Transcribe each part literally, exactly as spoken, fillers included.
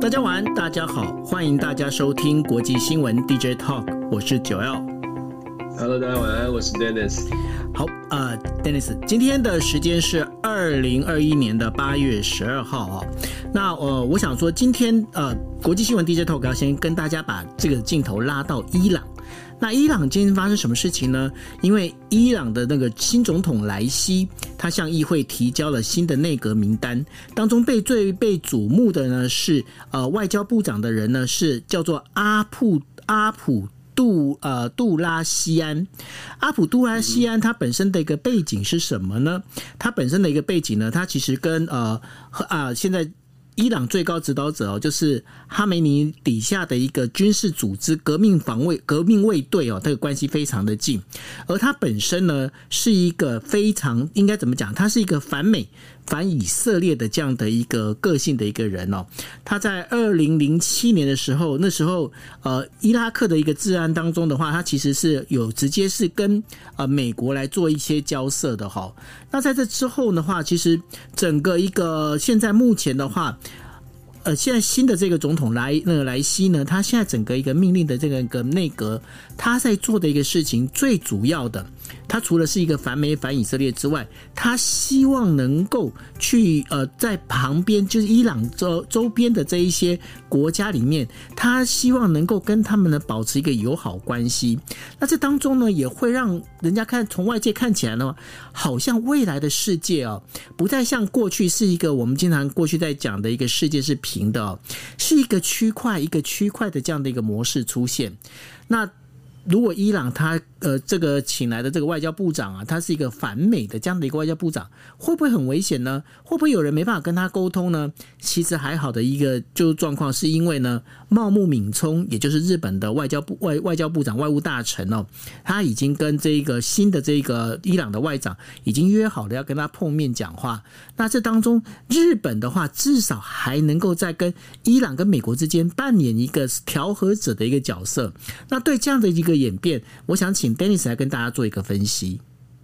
大家晚安，大家好，欢迎大家收听国际新闻 D J Talk， 我是九 L。Hello， 大家晚安，我是 Dennis。 好，呃 ，Dennis， 今天的时间是二零二一年的八月十二号啊。那呃，我想说，今天呃，国际新闻 D J Talk 要先跟大家把这个镜头拉到伊朗。那伊朗今天发生什么事情呢？因为伊朗的那个新总统莱西，他向议会提交了新的内阁名单，当中被最被瞩目的呢是呃外交部长的人呢是叫做阿普阿普杜呃杜拉西安。阿普杜拉西安他本身的一个背景是什么呢？他本身的一个背景呢，他其实跟呃啊现在伊朗最高指导者哦，就是哈梅尼底下的一个军事组织革命防卫革命卫队哦，这个关系非常的近。而他本身呢是一个非常应该怎么讲？他是一个反美、反以色列的这样的一个个性的一个人哦。他在二零零七年的时候，那时候呃伊拉克的一个治安当中的话，他其实是有直接是跟呃美国来做一些交涉的哈。那在这之后的话，其实整个一个现在目前的话。呃，现在新的这个总统莱那个莱西呢，他现在整个一个命令的这个一个内阁，他在做的一个事情，最主要的，他除了是一个反美反以色列之外，他希望能够去呃在旁边就是伊朗周周边的这一些国家里面，他希望能够跟他们呢保持一个友好关系。那这当中呢，也会让人家看从外界看起来呢，好像未来的世界哦，不再像过去是一个我们经常过去在讲的一个世界是平的哦，是一个区块一个区块的这样的一个模式出现。那如果伊朗他呃这个请来的这个外交部长啊，他是一个反美的这样的一个外交部长，会不会很危险呢？会不会有人没办法跟他沟通呢？其实还好的一个就是状况，是因为呢，茂木敏充，也就是日本的外交部外外交部长、外务大臣哦，他已经跟这个新的这个伊朗的外长已经约好了要跟他碰面讲话。那这当中，日本的话至少还能够在跟伊朗跟美国之间扮演一个调和者的一个角色。那对这样的一个演变，我想请 Dennis 来跟大家做一个分析。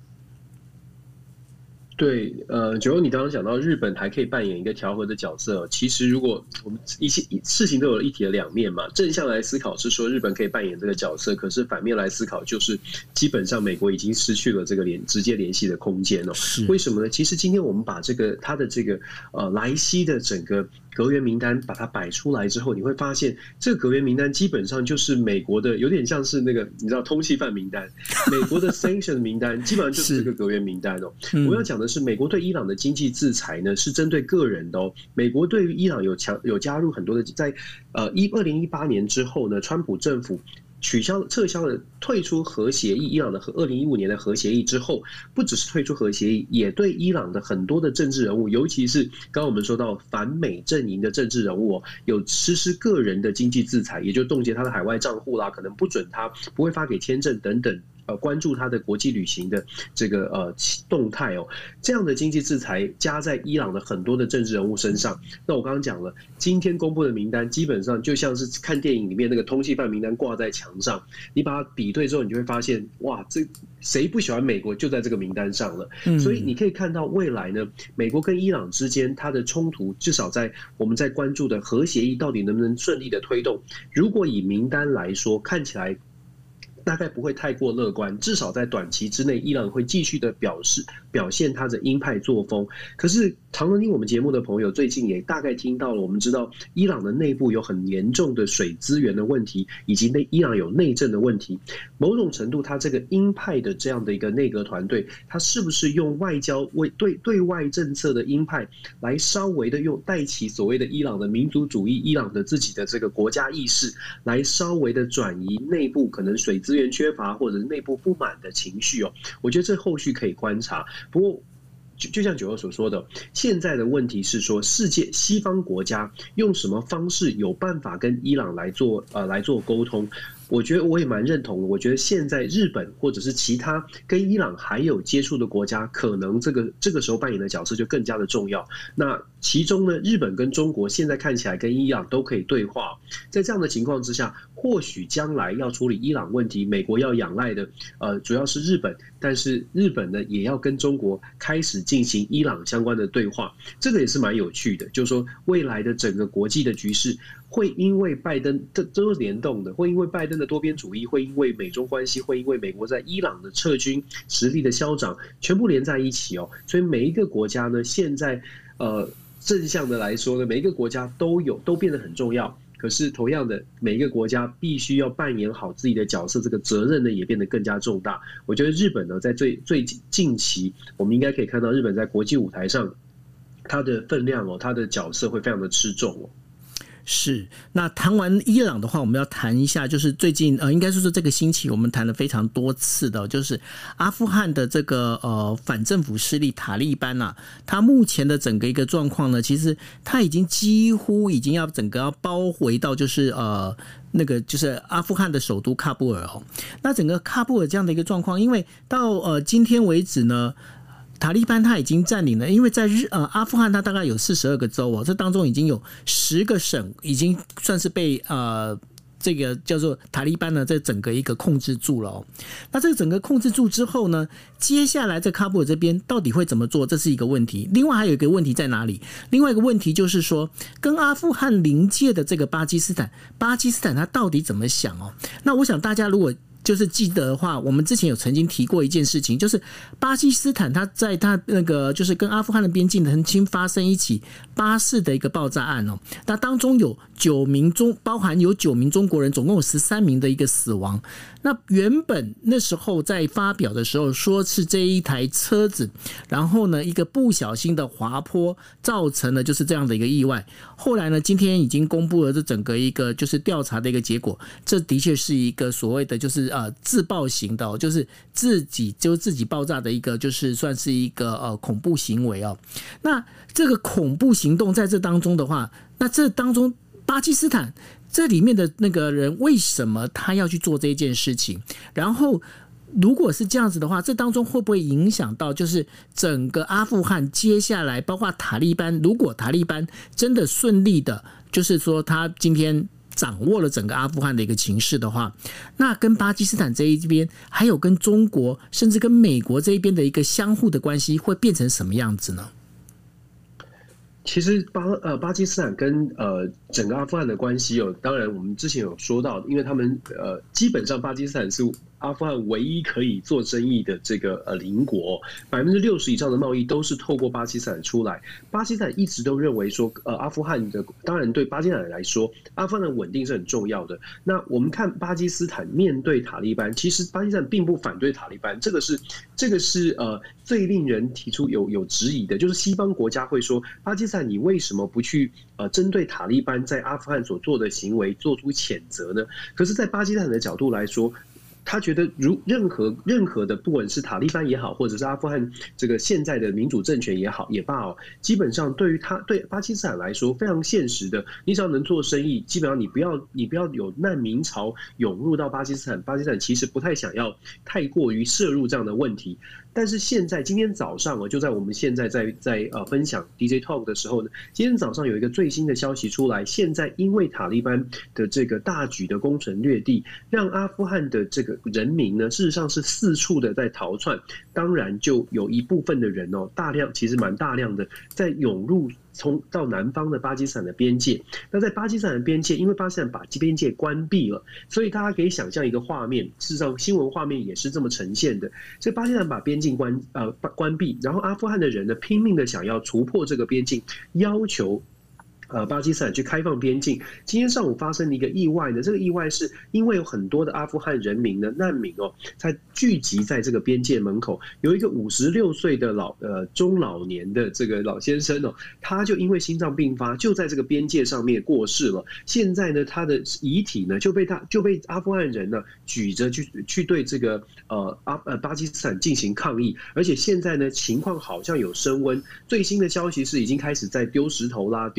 对，呃，九欧，你刚刚讲到日本还可以扮演一个调和的角色。其实，如果我们一些事情都有一体的两面嘛，正向来思考是说日本可以扮演这个角色，可是反面来思考就是基本上美国已经失去了这个联直接联系的空间哦。为什么呢？其实今天我们把这个他的这个呃莱西的整个阁员名单把它摆出来之后，你会发现这个阁员名单基本上就是美国的，有点像是那个你知道通缉犯名单，美国的 sanction 名单基本上就是这个阁员名单哦。我要讲的是，美国对伊朗的经济制裁呢是针对个人的哦。美国对于伊朗有强有加入很多的，在呃一二零一八年之后呢，川普政府取消撤销了退出核协议，伊朗的二零一五年的核协议之后，不只是退出核协议，也对伊朗的很多的政治人物，尤其是刚刚我们说到反美阵营的政治人物哦，有实施个人的经济制裁，也就冻结他的海外账户啦，可能不准他，不会发给签证等等。呃，关注他的国际旅行的这个呃动态哦，这样的经济制裁加在伊朗的很多的政治人物身上。那我刚刚讲了，今天公布的名单基本上就像是看电影里面那个通缉犯名单挂在墙上，你把它比对之后，你就会发现，哇，这谁不喜欢美国就在这个名单上了。嗯、所以你可以看到未来呢，美国跟伊朗之间它的冲突，至少在我们在关注的核协议到底能不能顺利的推动。如果以名单来说，看起来大概不会太过乐观，至少在短期之内，伊朗会继续的表示表现他的鹰派作风。可是常常听我们节目的朋友，最近也大概听到了，我们知道伊朗的内部有很严重的水资源的问题，以及内伊朗有内政的问题。某种程度，他这个鹰派的这样的一个内阁团队，他是不是用外交为对对外政策的鹰派来稍微的用带起所谓的伊朗的民族主义、伊朗的自己的这个国家意识，来稍微的转移内部可能水资源缺乏或者是内部不满的情绪哦，我觉得这后续可以观察。不过就就像九二所说的，现在的问题是说，世界西方国家用什么方式有办法跟伊朗来做呃来做沟通？我觉得我也蛮认同的。我觉得现在日本或者是其他跟伊朗还有接触的国家，可能这个这个时候扮演的角色就更加的重要。那其中呢，日本跟中国现在看起来跟伊朗都可以对话，在这样的情况之下，或许将来要处理伊朗问题，美国要仰赖的呃主要是日本，但是日本呢也要跟中国开始进行伊朗相关的对话，这个也是蛮有趣的，就是说未来的整个国际的局势会因为拜登，这都是联动的，会因为拜登的多边主义，会因为美中关系，会因为美国在伊朗的撤军实力的消长，全部连在一起哦。所以每一个国家呢，现在呃正向的来说呢，每一个国家都有都变得很重要。可是同样的，每一个国家必须要扮演好自己的角色，这个责任呢也变得更加重大。我觉得日本呢，在最最近期，我们应该可以看到日本在国际舞台上，它的分量哦，它的角色会非常的吃重哦。 是，那谈完伊朗的话，我们要谈一下，就是最近呃，应该说是这个星期我们谈了非常多次的，就是阿富汗的这个呃反政府势力塔利班啊，它目前的整个一个状况呢，其实它已经几乎已经要整个要包围到就是呃。那个就是阿富汗的首都喀布尔哦，那整个喀布尔这样的一个状况，因为到呃今天为止呢，塔利班他已经占领了，因为在日呃阿富汗它大概有四十二个州哦，这当中已经有十个省已经算是被呃。这个叫做塔利班呢，在整个一个控制住了哦。那这个整个控制住之后呢，接下来在喀布尔这边到底会怎么做，这是一个问题。另外还有一个问题在哪里？另外一个问题就是说，跟阿富汗邻界的这个巴基斯坦，巴基斯坦它到底怎么想哦？那我想大家如果就是记得的话，我们之前有曾经提过一件事情，就是巴基斯坦它在它那个就是跟阿富汗的边境曾经发生一起巴士的一个爆炸案哦，那当中有九名中，包含有九名中国人，总共有十三名的一个死亡。那原本那时候在发表的时候说是这一台车子，然后呢一个不小心的滑坡造成了就是这样的一个意外。后来呢，今天已经公布了这整个一个就是调查的一个结果，这的确是一个所谓的就是呃自爆型的、哦，就是自己就自己爆炸的一个就是算是一个呃恐怖行为哦。那这个恐怖行动在这当中的话，那这当中巴基斯坦这里面的那个人为什么他要去做这件事情？然后如果是这样子的话，这当中会不会影响到就是整个阿富汗接下来包括塔利班，如果塔利班真的顺利的，就是说他今天掌握了整个阿富汗的一个情势的话，那跟巴基斯坦这一边，还有跟中国，甚至跟美国这一边的一个相互的关系，会变成什么样子呢？ 其实巴呃巴基斯坦跟呃整个阿富汗的关系哦，当然我们之前有说到，因为他们呃基本上巴基斯坦是阿富汗唯一可以做生意的这个呃邻国，百分之六十以上的贸易都是透过巴基斯坦出来。巴基斯坦一直都认为说，呃阿富汗的当然对巴基斯坦来说，阿富汗的稳定是很重要的。那我们看巴基斯坦面对塔利班，其实巴基斯坦并不反对塔利班，这个是这个是呃最令人提出有有质疑的，就是西方国家会说巴基斯坦你为什么不去呃针对塔利班在阿富汗所做的行为做出谴责呢？可是，在巴基斯坦的角度来说，他觉得如任何任何的，不管是塔利班也好，或者是阿富汗这个现在的民主政权也好也罢哦，基本上对于他对巴基斯坦来说非常现实的，你只要能做生意，基本上你不要你不要有难民潮涌入到巴基斯坦，巴基斯坦其实不太想要太过于涉入这样的问题。但是现在今天早上哦，就在我们现在在在呃分享 D J Talk 的时候呢，今天早上有一个最新的消息出来，现在因为塔利班的这个大举的攻城略地，让阿富汗的这个人民呢，事实上是四处的在逃窜，当然就有一部分的人哦，大量其实蛮大量的在涌入。从到南方的巴基斯坦的边界，那在巴基斯坦的边界，因为巴基斯坦把边界关闭了，所以大家可以想象一个画面，事实上新闻画面也是这么呈现的。所以巴基斯坦把边境关呃关闭，然后阿富汗的人呢拼命的想要突破这个边境，要求。呃，巴基斯坦去开放边境。今天上午发生了一个意外呢，这个意外是因为有很多的阿富汗人民呢难民哦，在聚集在这个边界门口，有一个五十六岁的老呃中老年的这个老先生哦，他就因为心脏病发，就在这个边界上面过世了。现在呢，他的遗体呢就被他就被阿富汗人呢举着去去对这个呃阿呃巴基斯坦进行抗议，而且现在呢情况好像有升温。最新的消息是已经开始在丢石头啦，丢丢。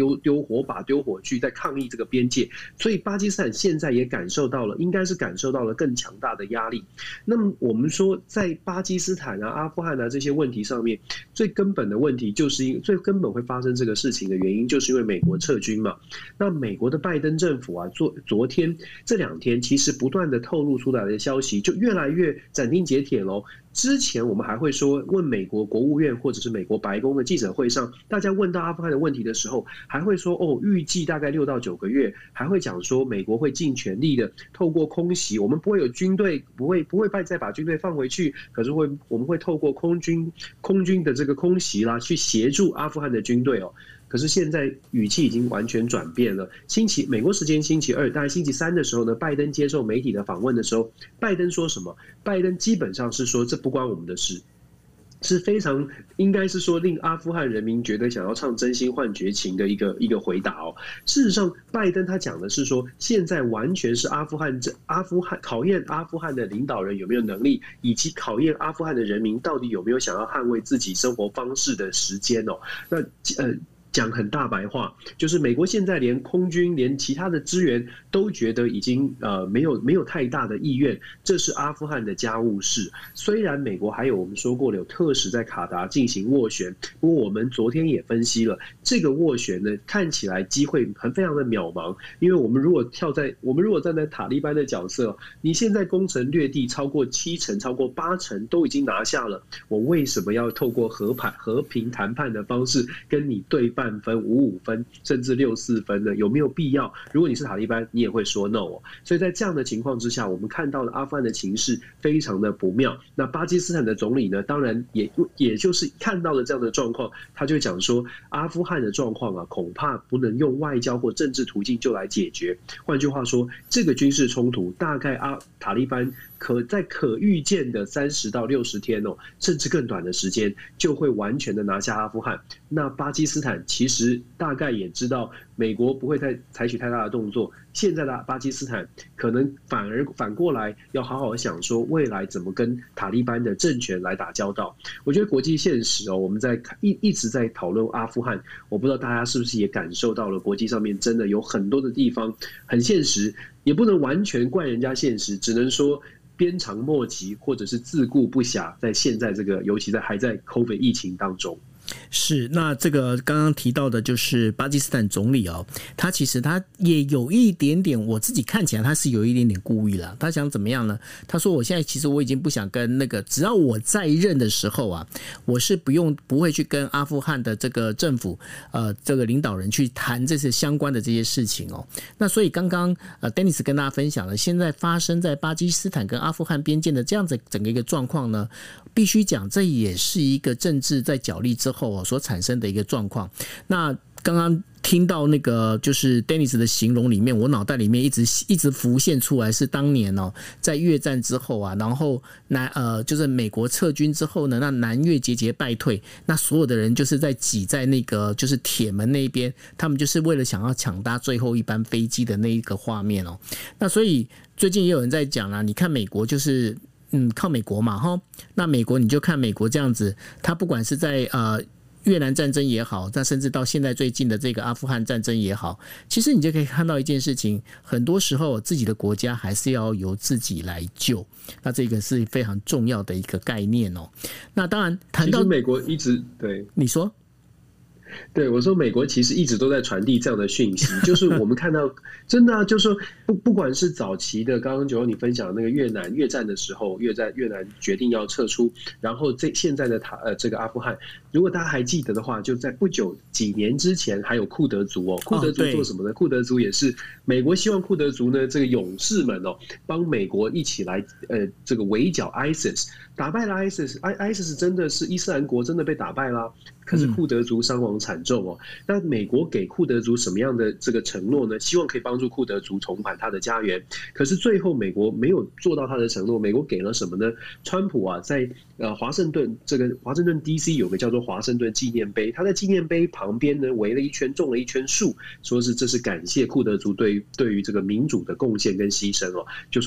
火把、丢火炬在抗议这个边界，所以巴基斯坦现在也感受到了，应该是感受到了更强大的压力。那么我们说，在巴基斯坦啊、阿富汗啊这些问题上面，最根本的问题就是因最根本会发生这个事情的原因，就是因为美国撤军嘛。那美国的拜登政府啊，昨昨天这两天其实不断的透露出来的消息，就越来越斩钉截铁喽。之前我们还会说，问美国国务院或者是美国白宫的记者会上，大家问到阿富汗的问题的时候，还会说哦，预计大概六到九个月，还会讲说美国会尽全力的透过空袭，我们不会有军队，不会不会再把军队放回去，可是会我们会透过空军空军的这个空袭啦，去协助阿富汗的军队哦。可是现在语气已经完全转变了。星期美国时间星期二，大概星期三的时候呢，拜登接受媒体的访问的时候，拜登说什么？拜登基本上是说这不关我们的事，是非常应该是说令阿富汗人民觉得想要唱真心换绝情的一个一个回答哦。事实上，拜登他讲的是说，现在完全是阿富汗这阿富汗考验阿富汗的领导人有没有能力，以及考验阿富汗的人民到底有没有想要捍卫自己生活方式的时间哦。那呃。讲很大白话，就是美国现在连空军、连其他的支援都觉得已经呃没有没有太大的意愿，这是阿富汗的家务事。虽然美国还有我们说过了有特使在卡达进行斡旋，不过我们昨天也分析了，这个斡旋呢看起来机会很非常的渺茫，因为我们如果跳在我们如果站在塔利班的角色，你现在攻城略地超过七成、超过八成都已经拿下了，我为什么要透过和盘和平谈判的方式跟你对半分、五五分，甚至六四分呢？有没有必要？如果你是塔利班，你也会说 no 哦。所以在这样的情况之下，我们看到了阿富汗的情势非常的不妙。那巴基斯坦的总理呢，当然也也就是看到了这样的状况，他就讲说，阿富汗的状况啊，恐怕不能用外交或政治途径就来解决。换句话说，这个军事冲突大概阿塔利班可在可预见的三十到六十天哦，甚至更短的时间，就会完全的拿下阿富汗。那巴基斯坦其实大概也知道，美国不会再采取太大的动作。现在的巴基斯坦可能反而反过来要好好想说，未来怎么跟塔利班的政权来打交道。我觉得国际现实哦，我们在一一直在讨论阿富汗，我不知道大家是不是也感受到了，国际上面真的有很多的地方很现实，也不能完全怪人家现实，只能说鞭长莫及，或者是自顾不暇，在现在这个尤其在还在 COVID 疫情当中。 是，那这个刚刚提到的就是巴基斯坦总理哦，他其实他也有一点点，我自己看起来他是有一点点故意了。他想怎么样呢？他说我现在其实我已经不想跟那个，只要我在任的时候啊，我是不用不会去跟阿富汗的这个政府呃这个领导人去谈这些相关的这些事情哦。那所以刚刚呃 Dennis 跟大家分享了，现在发生在巴基斯坦跟阿富汗边界的这样子整个一个状况呢，必须讲这也是一个政治在角力之后所产生的一个状况。那刚刚听到那个就是 Dennis 的形容里面，我脑袋里面一直一直浮现出来是当年哦，在越战之后啊，然后南呃就是美国撤军之后呢，那南越节节败退，那所有的人就是在挤在那个就是铁门那边，他们就是为了想要抢搭最后一班飞机的那一个画面哦。那所以最近也有人在讲啦，你看美国就是。嗯，靠美国嘛，哈，那美国你就看美国这样子，他不管是在呃越南战争也好，那甚至到现在最近的这个阿富汗战争也好，其实你就可以看到一件事情，很多时候自己的国家还是要由自己来救，那这个是非常重要的一个概念哦。那当然谈到其实美国一直对你说。 对，我说美国其实一直都在传递这样的讯息，就是我们看到真的、啊、就是说不不管是早期的，刚刚九欧你分享的那个越南越战的时候，越战越南决定要撤出，然后这现在的塔呃这个阿富汗，如果大家还记得的话，就在不久几年之前还有库德族哦，库德族做什么呢？哦、库德族也是美国希望库德族呢这个勇士们哦，帮美国一起来呃这个围剿 ISIS， 打败了 ISIS，ISIS 真的是伊斯兰国真的被打败啦。可是库德族伤亡惨重哦。那美国给库德族什么样的这个承诺呢？希望可以帮助库德族重返他的家园。可是最后美国没有做到他的承诺。美国给了什么呢？川普啊，在呃华盛顿这个华盛顿 D C 有个叫做华盛顿纪念碑，他在纪念碑旁边呢围了一圈，种了一圈树，说是这是感谢库德族对于对于这个民主的贡献跟牺牲哦，就说。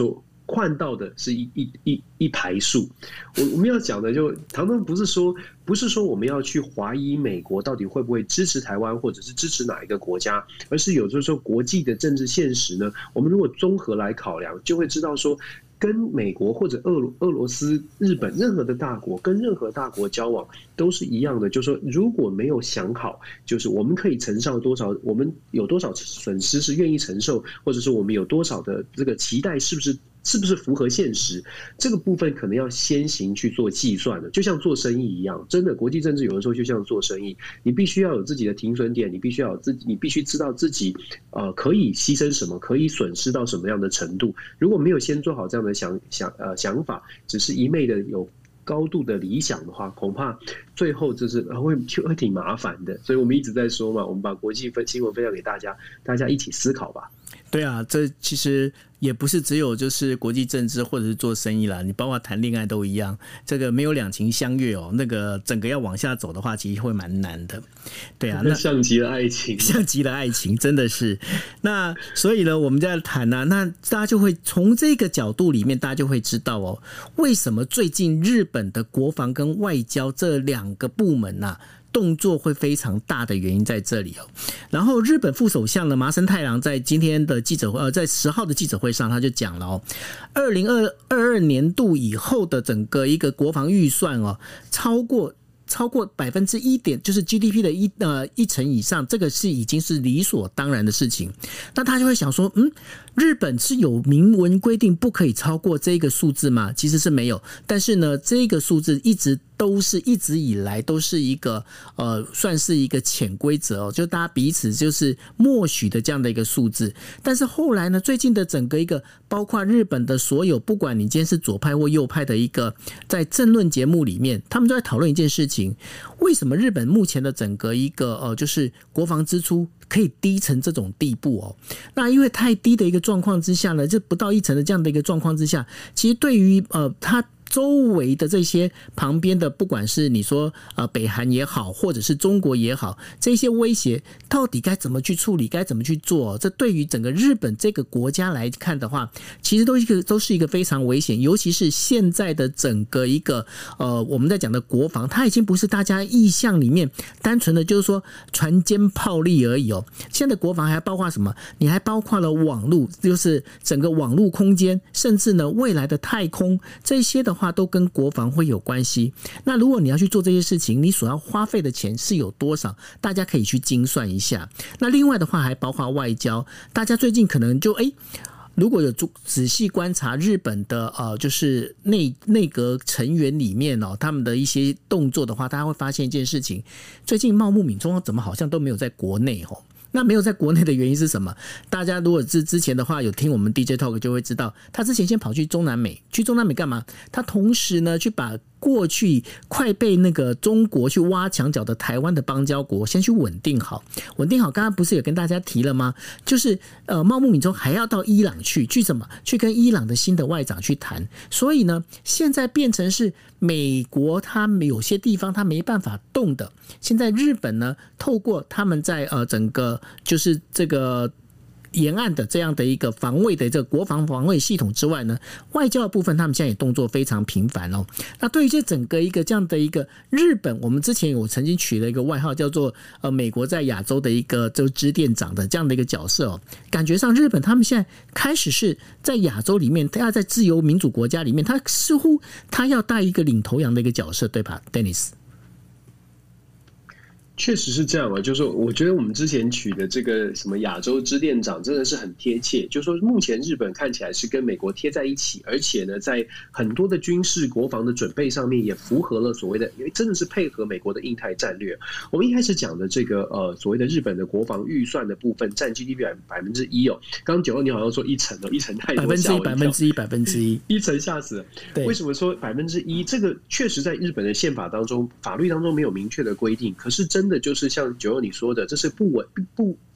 换到的是一一一一排树。我我们要讲的就，唐唐不是说不是说我们要去怀疑美国到底会不会支持台湾，或者是支持哪一个国家，而是有的时候国际的政治现实呢，我们如果综合来考量，就会知道说，跟美国或者俄罗俄罗斯、日本任何的大国跟任何大国交往都是一样的，就是说如果没有想好，就是我们可以承受多少，我们有多少损失是愿意承受，或者是我们有多少的这个期待是不是是不是符合现实，这个部分可能要先行去做计算的，就像做生意一样，真的国际政治有的时候就像做生意，你必须要有自己的停损点，你必须要有自己，你必须知道自己呃可以牺牲什么，可以损失到什么样的程度。如果没有先做好这样的想想呃想法，只是一昧的有高度的理想的话，恐怕最后就是会会挺麻烦的。所以我们一直在说嘛，我们把国际新闻分享给大家，大家一起思考吧。 对啊，这其实也不是只有就是国际政治或者是做生意啦，你包括谈恋爱都一样，这个没有两情相悦哦，那个整个要往下走的话，其实会蛮难的。对啊，那像极了爱情， 像极了爱情，真的是。那所以呢，我们在谈啊，那大家就会从这个角度里面，大家就会知道哦，为什么最近日本的国防跟外交这两个部门啊，动作会非常大的原因在这里哦。然后日本副首相呢麻生太郎在今天的记者会，呃，在十号的记者会上，他就讲了哦，二零二二年度以后的整个一个国防预算哦，超过。超过百分之一点，就是 G D P 的一呃一成以上，这个是已经是理所当然的事情。那他就会想说，嗯，日本是有明文规定不可以超过这个数字吗？其实是没有，但是呢，这个数字一直都是一直以来都是一个呃，算是一个潜规则哦，就大家彼此就是默许的这样的一个数字。但是后来呢，最近的整个一个包括日本的所有，不管你今天是左派或右派的一个在政论节目里面，他们都在讨论一件事情。为什么日本目前的整个一个呃，就是国防支出可以低成这种地步哦？那因为太低的一个状况之下呢，就不到一成的这样的一个状况之下，其实对于呃它周围的这些旁边的，不管是你说呃北韩也好，或者是中国也好，这些威胁到底该怎么去处理，该怎么去做？这对于整个日本这个国家来看的话，其实都一个都是一个非常危险，尤其是现在的整个一个呃我们在讲的国防，它已经不是大家意象里面单纯的就是说船坚炮利而已哦。现在的国防还包括什么？你还包括了网络，就是整个网络空间，甚至呢未来的太空这些的话都跟国防会有关系。那如果你要去做这些事情，你所要花费的钱是有多少？大家可以去精算一下。那另外的话还包括外交，大家最近可能就哎。如果有仔细观察日本的呃，就是内内阁成员里面哦，他们的一些动作的话，大家会发现一件事情：最近茂木敏充怎么好像都没有在国内哦？那没有在国内的原因是什么？大家如果是之前的话有听我们 D J Talk 就会知道，他之前先跑去中南美，去中南美干嘛？他同时呢去把过去快被那个中国去挖墙脚的台湾的邦交国先去稳定好，稳定好。刚刚不是有跟大家提了吗？就是呃，茂木敏充还要到伊朗去，去什么？去跟伊朗的新的外长去谈。所以呢，现在变成是美国，他有些地方他没办法动的。现在日本呢，透过他们在呃整个就是这个。沿岸的这样的一个防卫的这个国防防卫系统之外呢，外交的部分他们现在也动作非常频繁哦。那对于这整个一个这样的一个日本，我们之前有曾经取了一个外号叫做呃美国在亚洲的一个就支店长的这样的一个角色哦。感觉上日本他们现在开始是在亚洲里面，他要在自由民主国家里面，他似乎他要带一个领头羊的一个角色，对吧 ，Dennis？ 确实是这样啊，就是说我觉得我们之前取的这个什么亚洲支店长真的是很贴切，就是说目前日本看起来是跟美国贴在一起，而且呢在很多的军事国防的准备上面也符合了所谓的，因为真的是配合美国的印太战略。我们一开始讲的这个呃所谓的日本的国防预算的部分占 G D P 百分之一哦，刚刚九二你好像说一成哦，一成太多， 百分之一百分之一百分之一一成吓死了。为什么说百分之一？这个确实在日本的宪法当中、法律当中没有明确的规定，可是真的就是像九二你说的，这是不稳不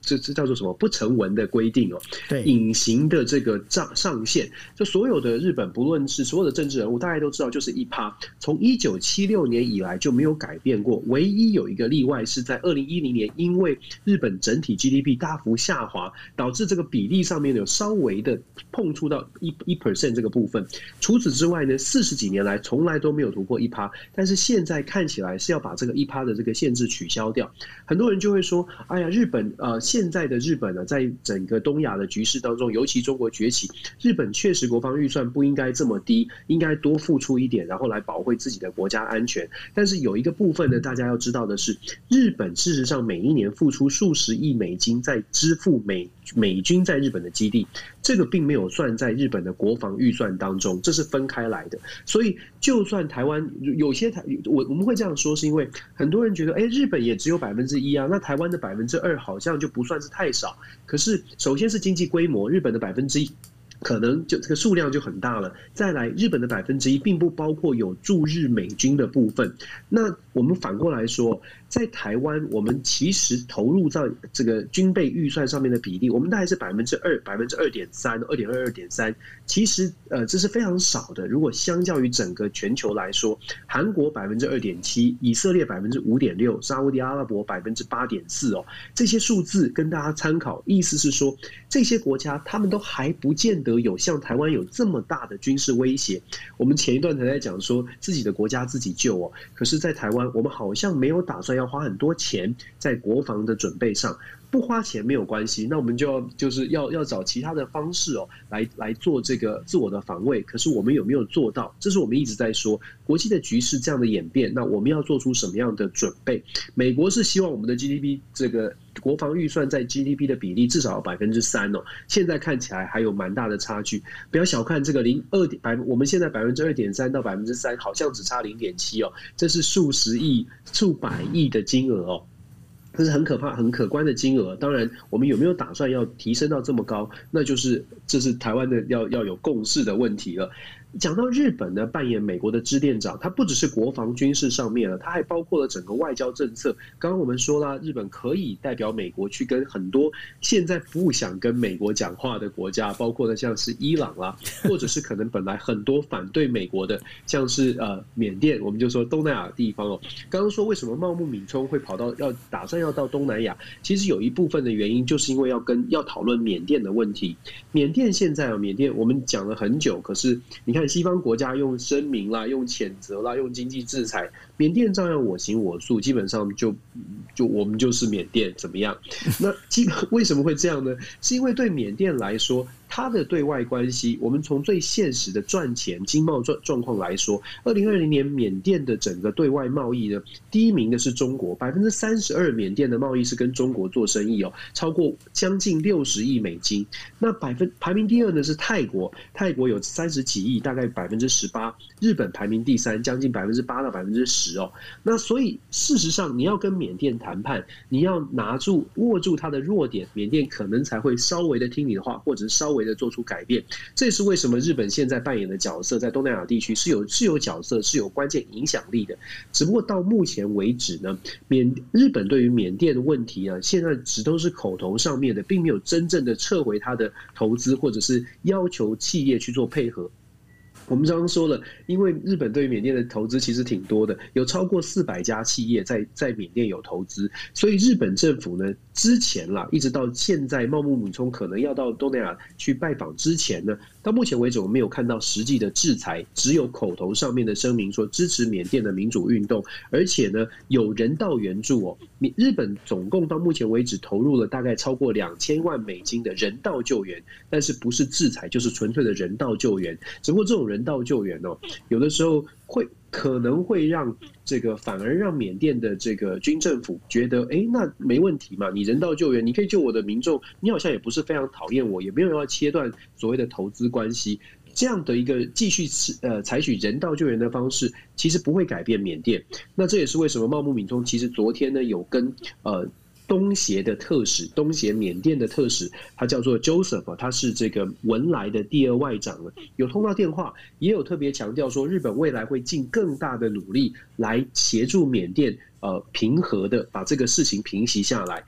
这这叫做什么不成文的规定哦， 对， 隐形的这个上上限，就所有的日本不论是所有的政治人物，大家都知道就是一趴，从一九七六年以来就没有改变过，唯一有一个例外是在二零一零年，因为日本整体 G D P 大幅下滑，导致这个比例上面有稍微的碰触到一一 percent 这个部分。除此之外呢，四十几年来从来都没有突破一趴，但是现在看起来是要把这个一趴的这个限制取消掉。很多人就会说，哎呀，日本呃现在的日本呢，在整个东亚的局势当中，尤其中国崛起，日本确实国防预算不应该这么低，应该多付出一点，然后来保卫自己的国家安全。但是有一个部分呢，大家要知道的是，日本事实上每一年付出数十亿美金在支付美美军在日本的基地，这个并没有算在日本的国防预算当中，这是分开来的。所以就算台湾有些台我我们会这样说，是因为很多人觉得，哎，日本也只有百分之一啊，那台湾的百分之二好像就不算是太少。可是首先是经济规模，日本的百分之一。可能就这个数量就很大了。再来，日本的百分之一并不包括有驻日美军的部分。那我们反过来说，在台湾，我们其实投入在这个军备预算上面的比例，我们大概是百分之二、百分之二点三、二点二、二点三。其实，呃，这是非常少的。如果相较于整个全球来说，韩国百分之二点七，以色列百分之五点六，沙烏地阿拉伯百分之八点四哦。这些数字跟大家参考，意思是说，这些国家他们都还不见得有像台湾有这么大的军事威胁。我们前一段才在讲说自己的国家自己救哦，可是，在台湾我们好像没有打算要花很多钱在国防的准备上。不花钱没有关系，那我们就要就是要要找其他的方式哦，来来做这个自我的防卫。可是我们有没有做到？这是我们一直在说，国际的局势这样的演变，那我们要做出什么样的准备？美国是希望我们的 G D P 这个国防预算在 G D P 的比例至少要百分之三哦，现在看起来还有蛮大的差距。不要小看这个零二百，我们现在百分之二点三到百分之三，好像只差零点七哦，这是数十亿、数百亿的金额哦。这是很可怕、很可观的金额。当然，我们有没有打算要提升到这么高，那就是这是台湾的要要有共识的问题了。讲到日本呢，扮演美国的支店长，它不只是国防军事上面了，它还包括了整个外交政策。刚刚我们说了，日本可以代表美国去跟很多现在不想跟美国讲话的国家，包括了像是伊朗啦，或者是可能本来很多反对美国的，像是呃缅甸，我们就说东南亚的地方哦。刚刚说为什么茂木敏充会跑到要打算要到东南亚，其实有一部分的原因就是因为要跟要讨论缅甸的问题。缅甸现在啊，缅甸我们讲了很久，可是你看。西方国家用声明啦，用谴责啦，用经济制裁，缅甸照样我行我素，基本上就就我们就是缅甸怎么样？那基本为什么会这样呢？是因为对缅甸来说，它的对外关系，我们从最现实的赚钱经贸状状况来说，二零二零年缅甸的整个对外贸易呢，第一名的是中国，百分之三十二缅甸的贸易是跟中国做生意哦，超过将近六十亿美金。那百分排名第二呢是泰国，泰国有三十几亿，大概百分之十八。日本排名第三，将近百分之八到百分之十哦。那所以事实上，你要跟缅甸谈判，你要拿住握住它的弱点，缅甸可能才会稍微的听你的话，或者是稍微的做出改变。这也是为什么日本现在扮演的角色，在东南亚地区是有是有角色，是有关键影响力的。只不过到目前为止呢，缅日本对于缅甸的问题啊，现在只都是口头上面的，并没有真正的撤回它的投资，或者是要求企业去做配合。我们刚刚说了，因为日本对缅甸的投资其实挺多的，有超过四百家企业在在缅甸有投资，所以日本政府呢，之前啦，一直到现在，茂木敏充可能要到东南亚去拜访之前呢，到目前为止我们没有看到实际的制裁，只有口头上面的声明说支持缅甸的民主运动，而且呢有人道援助哦。日本总共到目前为止投入了大概超过两千万美金的人道救援，但是不是制裁，就是纯粹的人道救援。只不过这种人道救援哦，有的时候会可能会让这个反而让缅甸的这个军政府觉得，哎，那没问题嘛，你人道救援，你可以救我的民众，你好像也不是非常讨厌我，也没有要切断所谓的投资关系。这样的一个继续呃采取人道救援的方式，其实不会改变缅甸。那这也是为什么茂木敏充其实昨天呢有跟呃。东协的特使，东协缅甸的特使，他叫做 Joseph， 他是这个文莱的第二外长，有通到电话，也有特别强调说，日本未来会尽更大的努力来协助缅甸呃平和的把这个事情平息下来。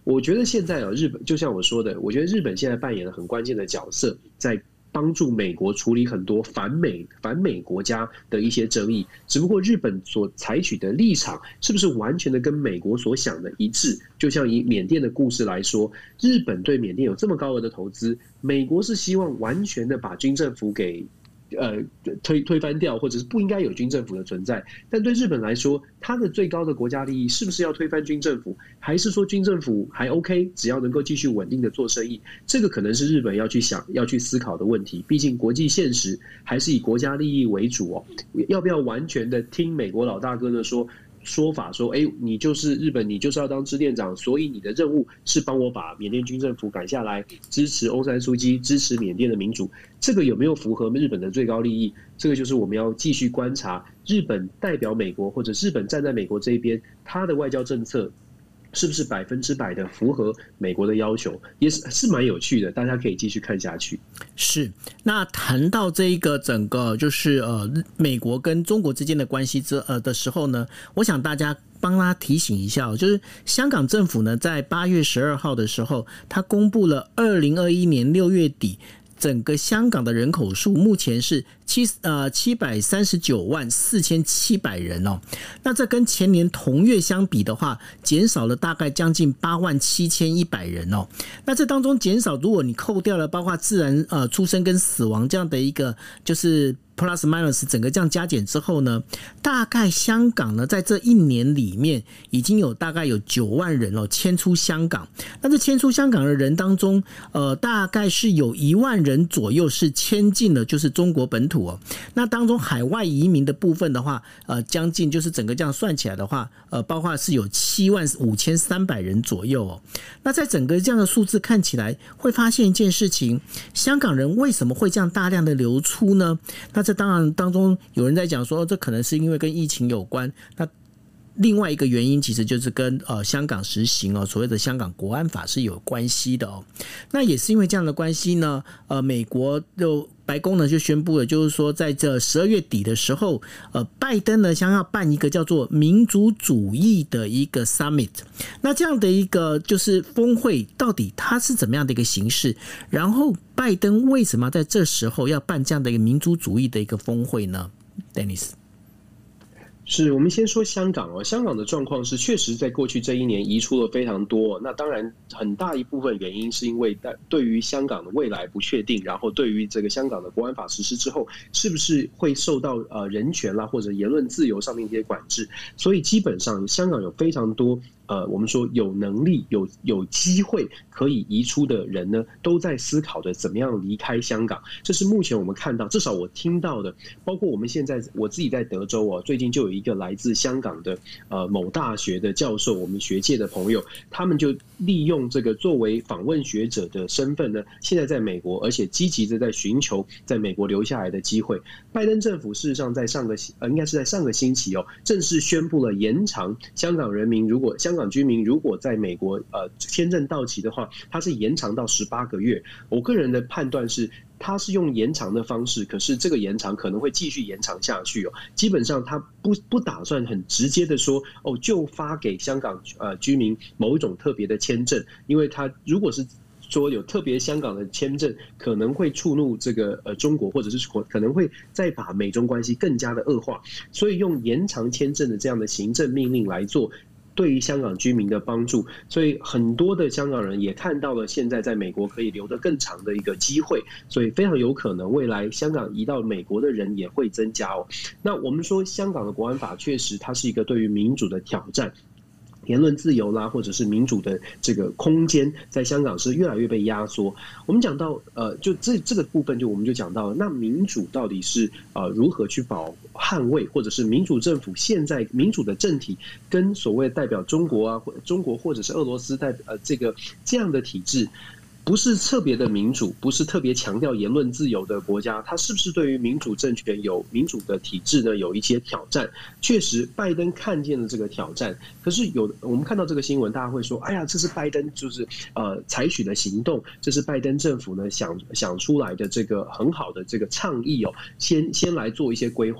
我觉得现在啊，日本就像我说的，我觉得日本现在扮演了很关键的角色，在帮助美国处理很多反美反美国家的一些争议。只不过日本所采取的立场是不是完全的跟美国所想的一致？就像以缅甸的故事来说，日本对缅甸有这么高额的投资，美国是希望完全的把军政府给呃推推翻掉，或者是不应该有军政府的存在。但对日本来说，它的最高的国家利益是不是要推翻军政府，还是说军政府还 OK， 只要能够继续稳定的做生意？这个可能是日本要去想、要去思考的问题。毕竟国际现实还是以国家利益为主哦，要不要完全的听美国老大哥的说？说法说，哎，你就是日本，你就是要当支店长，所以你的任务是帮我把缅甸军政府赶下来，支持翁山苏姬，支持缅甸的民主。这个有没有符合日本的最高利益？这个就是我们要继续观察日本代表美国，或者日本站在美国这一边，他的外交政策是不是百分之百的符合美国的要求，也是是蛮有趣的，大家可以继续看下去。 是，那谈到这一个整个就是呃美国跟中国之间的关系之呃的时候呢，我想大家帮他提醒一下，就是香港政府呢在八月十二号的时候，他公布了二零二一年六月底。整个香港的人口数目前是七呃七百三十九万四千七百人哦，那这跟前年同月相比的话，减少了大概将近八万七千一百人哦。那这当中减少，如果你扣掉了包括自然呃出生跟死亡这样的一个就是。plus minus 整个这样加减之后呢，大概香港呢在这一年里面已经有大概有九万人哦迁出香港。那这迁出香港的人当中，呃，大概是有一万人左右是迁进了就是中国本土哦。那当中海外移民的部分的话，呃，将近就是整个这样算起来的话，呃，包括是有七万五千三百人左右哦。那在整个这样的数字看起来，会发现一件事情：香港人为什么会这样大量的流出呢？那这当然当中有人在讲说，这可能是因为跟疫情有关。那另外一个原因其实就是跟呃香港实行哦所谓的香港国安法是有关系的哦。那也是因为这样的关系呢，呃，美国就白宫呢就宣布了，就是说在这十二月底的时候，呃，拜登呢将要办一个叫做民族主义的一个 summit。那这样的一个就是峰会，到底它是怎么样的一个形式？然后拜登为什么在这时候要办这样的一个民族主义的一个峰会呢 ？Dennis。 是我们先说香港哦，香港的状况是确实在过去这一年移出了非常多。那当然很大一部分原因是因为对于香港的未来不确定，然后对于这个香港的国安法实施之后，是不是会受到呃人权啦或者言论自由上面一些管制，所以基本上香港有非常多。呃，我们说有能力、有有机会可以移出的人呢，都在思考着怎么样离开香港。这是目前我们看到，至少我听到的，包括我们现在我自己在德州哦，最近就有一个来自香港的呃某大学的教授，我们学界的朋友，他们就利用这个作为访问学者的身份呢，现在在美国，而且积极的在寻求在美国留下来的机会。拜登政府事实上在上个呃应该是在上个星期哦，正式宣布了延长香港人民如果香港居民如果在美国呃签证到期的话，它是延长到十八个月。我个人的判断是，它是用延长的方式，可是这个延长可能会继续延长下去哦。基本上，它不不打算很直接的说哦，就发给香港呃居民某一种特别的签证，因为它如果是说有特别香港的签证，可能会触怒这个呃中国，或者是可能会再把美中关系更加的恶化，所以用延长签证的这样的行政命令来做。对于香港居民的帮助，所以很多的香港人也看到了现在在美国可以留得更长的一个机会，所以非常有可能未来香港移到美国的人也会增加哦。那我们说香港的国安法确实它是一个对于民主的挑战。言论自由啦，或者是民主的这个空间，在香港是越来越被压缩。我们讲到呃，就这这个部分，就我们就讲到，那民主到底是呃如何去保捍卫，或者是民主政府现在民主的政体跟所谓代表中国啊，中国或者是俄罗斯代呃这个这样的体制。不是特别的民主，不是特别强调言论自由的国家，它是不是对于民主政权有民主的体制呢有一些挑战？确实，拜登看见了这个挑战。可是有我们看到这个新闻，大家会说：“哎呀，这是拜登就是呃采取的行动，这是拜登政府呢想想出来的这个很好的这个倡议哦，先先来做一些规划。”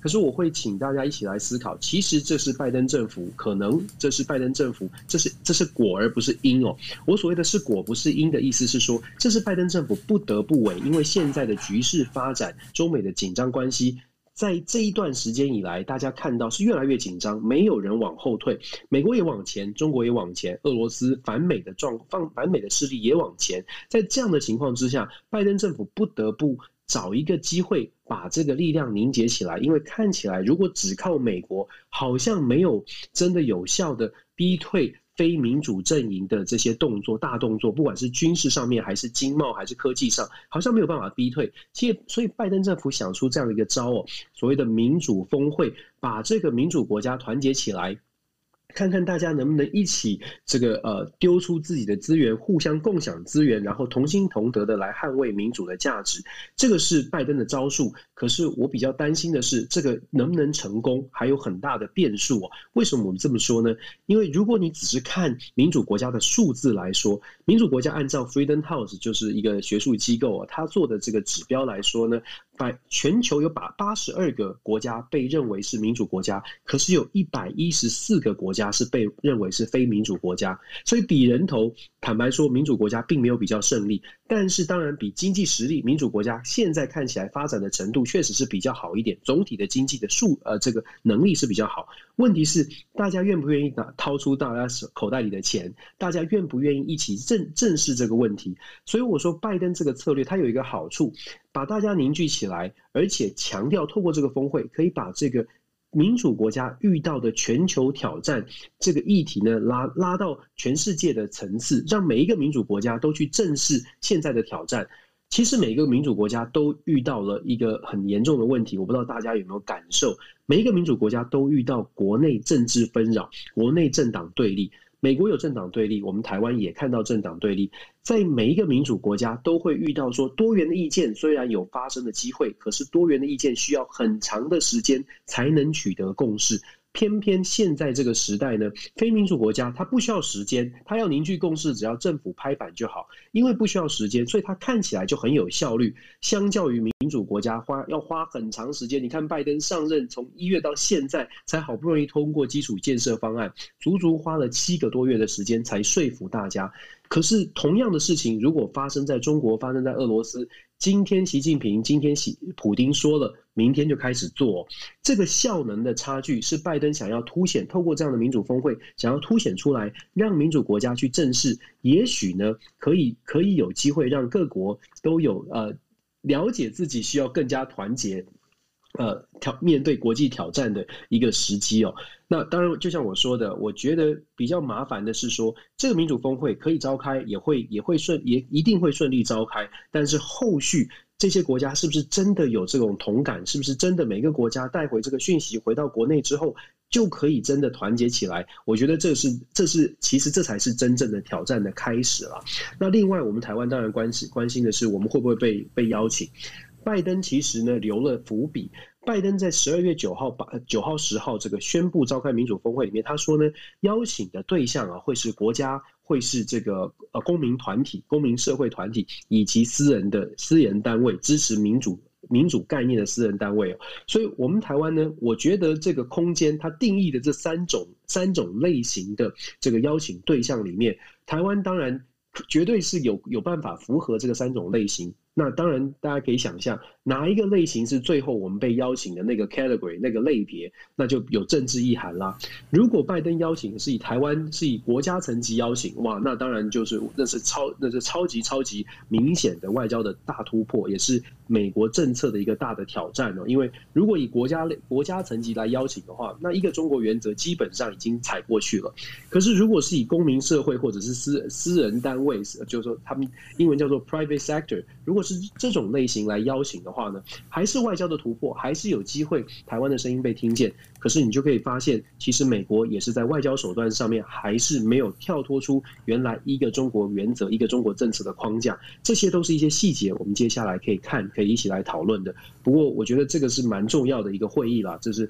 可是我会请大家一起来思考，其实这是拜登政府，可能这是拜登政府，这是这是果而不是因哦。我所谓的是果不是因的意思是说，这是拜登政府不得不为，因为现在的局势发展，中美的紧张关系。在这一段时间以来，大家看到是越来越紧张，没有人往后退，美国也往前，中国也往前，俄罗斯反美的状放反美的势力也往前。在这样的情况之下，拜登政府不得不找一个机会把这个力量凝结起来，因为看起来如果只靠美国，好像没有真的有效的逼退非民主阵营的这些动作，大动作，不管是军事上面，还是经贸，还是科技上，好像没有办法逼退。其实，所以拜登政府想出这样的一个招哦，所谓的民主峰会，把这个民主国家团结起来。看看大家能不能一起这个呃丢出自己的资源，互相共享资源，然后同心同德的来捍卫民主的价值。这个是拜登的招数，可是我比较担心的是，这个能不能成功，还有很大的变数哦。为什么我们这么说呢？因为如果你只是看民主国家的数字来说，民主国家按照 Freedom House 就是一个学术机构啊，它做的这个指标来说呢，把全球有把八十二个国家被认为是民主国家，可是有一百一十四个国家是被认为是非民主国家，所以比人头，坦白说，民主国家并没有比较胜利。但是当然比经济实力，民主国家现在看起来发展的程度确实是比较好一点，总体的经济的数呃这个能力是比较好。问题是大家愿不愿意拿掏出大家口袋里的钱，大家愿不愿意一起正正视这个问题？所以我说拜登这个策略它有一个好处，把大家凝聚起来，而且强调透过这个峰会可以把这个民主国家遇到的全球挑战这个议题呢，拉拉到全世界的层次，让每一个民主国家都去正视现在的挑战。其实每一个民主国家都遇到了一个很严重的问题，我不知道大家有没有感受，每一个民主国家都遇到国内政治纷扰，国内政党对立。美国有政党对立，我们台湾也看到政党对立，在每一个民主国家都会遇到说多元的意见虽然有发生的机会，可是多元的意见需要很长的时间才能取得共识。偏偏现在这个时代呢，非民主国家它不需要时间，它要凝聚共识，只要政府拍板就好。因为不需要时间，所以它看起来就很有效率。相较于民主国家花要花很长时间，你看拜登上任从一月到现在才好不容易通过基础建设方案，足足花了七个多月的时间才说服大家。可是同样的事情如果发生在中国，发生在俄罗斯，今天习近平，今天普丁说了，明天就开始做。这个效能的差距是拜登想要凸显，透过这样的民主峰会想要凸显出来，让民主国家去正视，也许呢可以可以有机会让各国都有呃了解自己需要更加团结，呃，挑面对国际挑战的一个时机哦。那当然，就像我说的，我觉得比较麻烦的是说，这个民主峰会可以召开，也会也会顺，也一定会顺利召开。但是后续这些国家是不是真的有这种同感？是不是真的每个国家带回这个讯息回到国内之后，就可以真的团结起来？我觉得这是这是其实这才是真正的挑战的开始了。那另外，我们台湾当然关心关心的是，我们会不会被被邀请？拜登其实呢留了伏笔。拜登在十二月九号、九号、十号这个宣布召开民主峰会里面，他说呢，邀请的对象啊会是国家，会是这个呃公民团体、公民社会团体以及私人的私人单位，支持民主民主概念的私人单位哦。所以，我们台湾呢，我觉得这个空间它定义的这三种三种类型的这个邀请对象里面，台湾当然绝对是有有办法符合这个三种类型。那当然，大家可以想象哪一个类型是最后我们被邀请的那个 category 那个类别，那就有政治意涵啦。如果拜登邀请是以台湾是以国家层级邀请，哇，那当然就是那是超那是超级超级明显的外交的大突破，也是美国政策的一个大的挑战哦。因为如果以国家国家层级来邀请的话，那一个中国原则基本上已经踩过去了。可是如果是以公民社会或者是私私人单位，就是说他们英文叫做 private sector， 如果是这种类型来邀请的话呢，还是外交的突破，还是有机会台湾的声音被听见。可是你就可以发现，其实美国也是在外交手段上面还是没有跳脱出原来一个中国原则、一个中国政策的框架。这些都是一些细节，我们接下来可以看，可以一起来讨论的。不过我觉得这个是蛮重要的一个会议啦，就是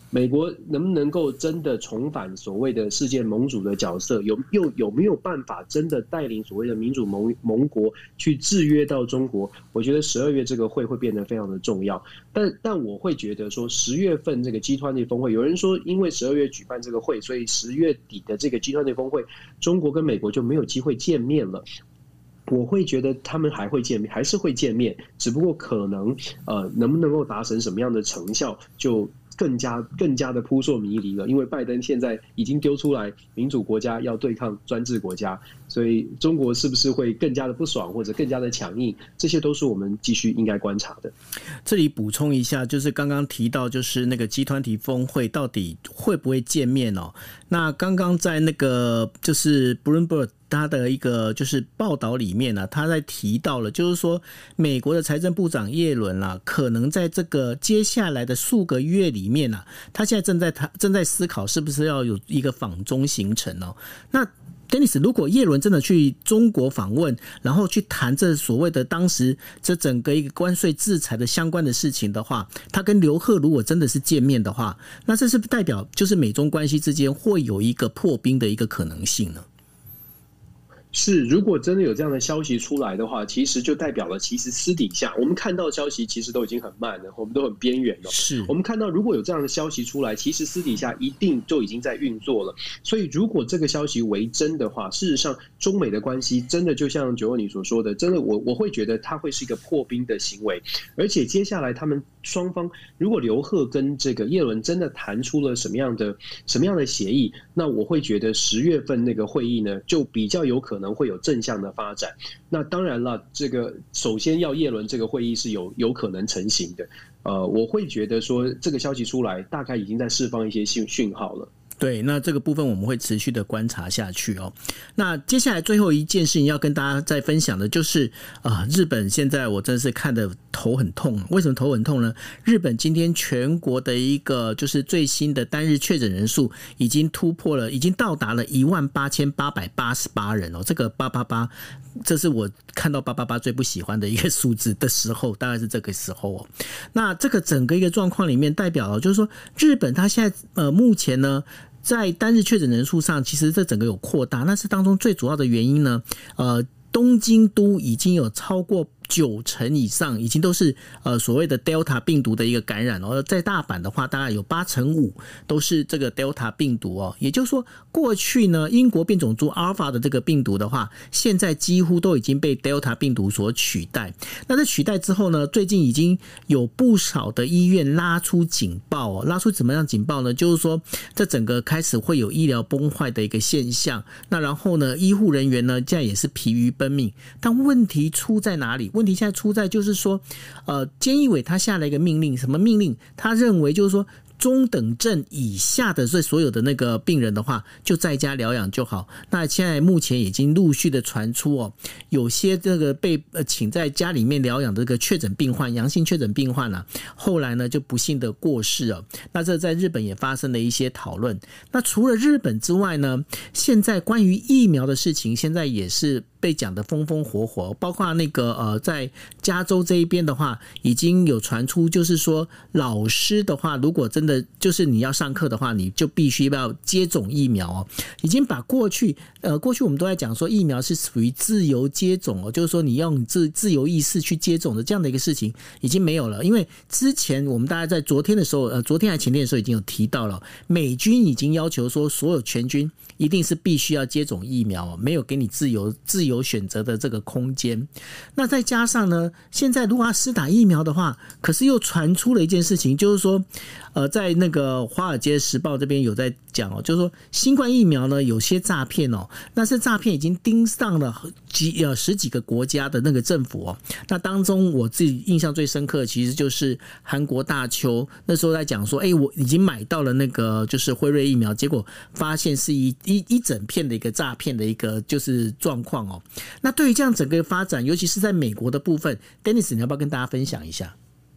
美国能不能够真的重返所谓的世界盟主的角色，有又有没有办法真的带领所谓的民主盟盟国去制约到中国？我觉得十二月这个会会变得非常的重要。但但我会觉得说，十月份这个 G 二十 峰会，有人说因为十二月举办这个会，所以十月底的这个 G 二十 峰会，中国跟美国就没有机会见面了。我会觉得他们还会见面，还是会见面，只不过可能呃能不能够达成什么样的成效，就更加更加的扑朔迷离了。因为拜登现在已经丢出来民主国家要对抗专制国家，所以中国是不是会更加的不爽或者更加的强硬，这些都是我们继续应该观察的。 这里补充一下，就是刚刚提到就是那个 G 二十 峰会到底会不会见面哦？那刚刚在那个就是 Bloomberg他的一个就是报道里面呢、啊，他在提到了，就是说美国的财政部长耶伦啦、啊，可能在这个接下来的数个月里面啊，他现在正在他正在思考是不是要有一个访中行程哦。那Dennis， 如果耶伦真的去中国访问，然后去谈这所谓的当时这整个一个关税制裁的相关的事情的话，他跟刘鹤如果真的是见面的话，那这是不是代表就是美中关系之间会有一个破冰的一个可能性呢？ 是，如果真的有这样的消息出来的话，其实就代表了，其实私底下我们看到消息其实都已经很慢了，我们都很边缘了。 是，我们看到如果有这样的消息出来，其实私底下一定就已经在运作了。所以，如果这个消息为真的话，事实上中美的关系真的就像九欧你所说的，真的我我会觉得它会是一个破冰的行为，而且接下来他们双方如果刘鹤跟这个耶伦真的谈出了什么样的什么样的协议，那我会觉得十月份那个会议呢，就比较有可能会有正向的发展。那当然了，这个首先要耶伦这个会议是有有可能成型的。呃，我会觉得说这个消息出来，大概已经在释放一些讯讯号了。 对，那这个部分我们会持续的观察下去哦。那接下来最后一件事情要跟大家再分享的就是啊、呃，日本现在我真是看得头很痛。为什么头很痛呢？日本今天全国的一个就是最新的单日确诊人数已经突破了，已经到达了一万八千八百八十八人哦。这个八八八，这是我看到八八八最不喜欢的一个数字的时候，大概是这个时候哦。那这个整个一个状况里面，代表了就是说，日本它现在呃目前呢，在单日确诊人数上，其实这整个有扩大，那是当中最主要的原因呢。呃，东京都已经有超过九成以上已经都是呃所谓的 Delta 病毒的一个感染哦，在大阪的话，大概有八成五都是这个 Delta 病毒哦。也就是说，过去呢，英国变种株 Alpha 的这个病毒的话，现在几乎都已经被 Delta 病毒所取代。那在取代之后呢，最近已经有不少的医院拉出警报哦，拉出怎么样警报呢？就是说，这整个开始会有医疗崩坏的一个现象。那然后呢，医护人员呢，现在也是疲于奔命。但问题出在哪里？问题现在出在就是说，呃，菅义伟他下了一个命令，什么命令？他认为就是说，中等症以下的这所有的那个病人的话，就在家疗养就好。那现在目前已经陆续的传出哦，有些这个被呃请在家里面疗养的这个确诊病患，阳性确诊病患啊，后来呢就不幸的过世哦。那这在日本也发生了一些讨论。那除了日本之外呢，现在关于疫苗的事情，现在也是被讲得风风火火，包括那个呃，在加州这一边的话，已经有传出，就是说老师的话，如果真的就是你要上课的话，你就必须要接种疫苗哦。已经把过去呃，过去我们都在讲说疫苗是属于自由接种哦，就是说你用自自由意识去接种的这样的一个事情已经没有了，因为之前我们大概在昨天的时候，呃，昨天还前天的时候已经有提到了，美军已经要求说所有全军一定是必须要接种疫苗，没有给你自由自由选择的这个空间。那再加上呢，现在如果要施打疫苗的话，可是又传出了一件事情，就是说，呃，在那个《华尔街时报》这边有在讲哦，就是说新冠疫苗呢有些诈骗哦，那是诈骗已经盯上了几呃十几个国家的那个政府哦。那当中我自己印象最深刻的其实就是韩国大邱那时候在讲说，哎，我已经买到了那个就是辉瑞疫苗，结果发现是一一一整片的一个诈骗的一个就是状况哦。那对于这样整个发展，尤其是在美国的部分 ，Dennis， 你要不要跟大家分享一下？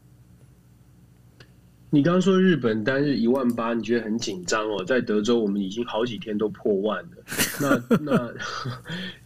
你刚刚说日本单日一万八，你觉得很紧张哦？在德州，我们已经好几天都破万了。那那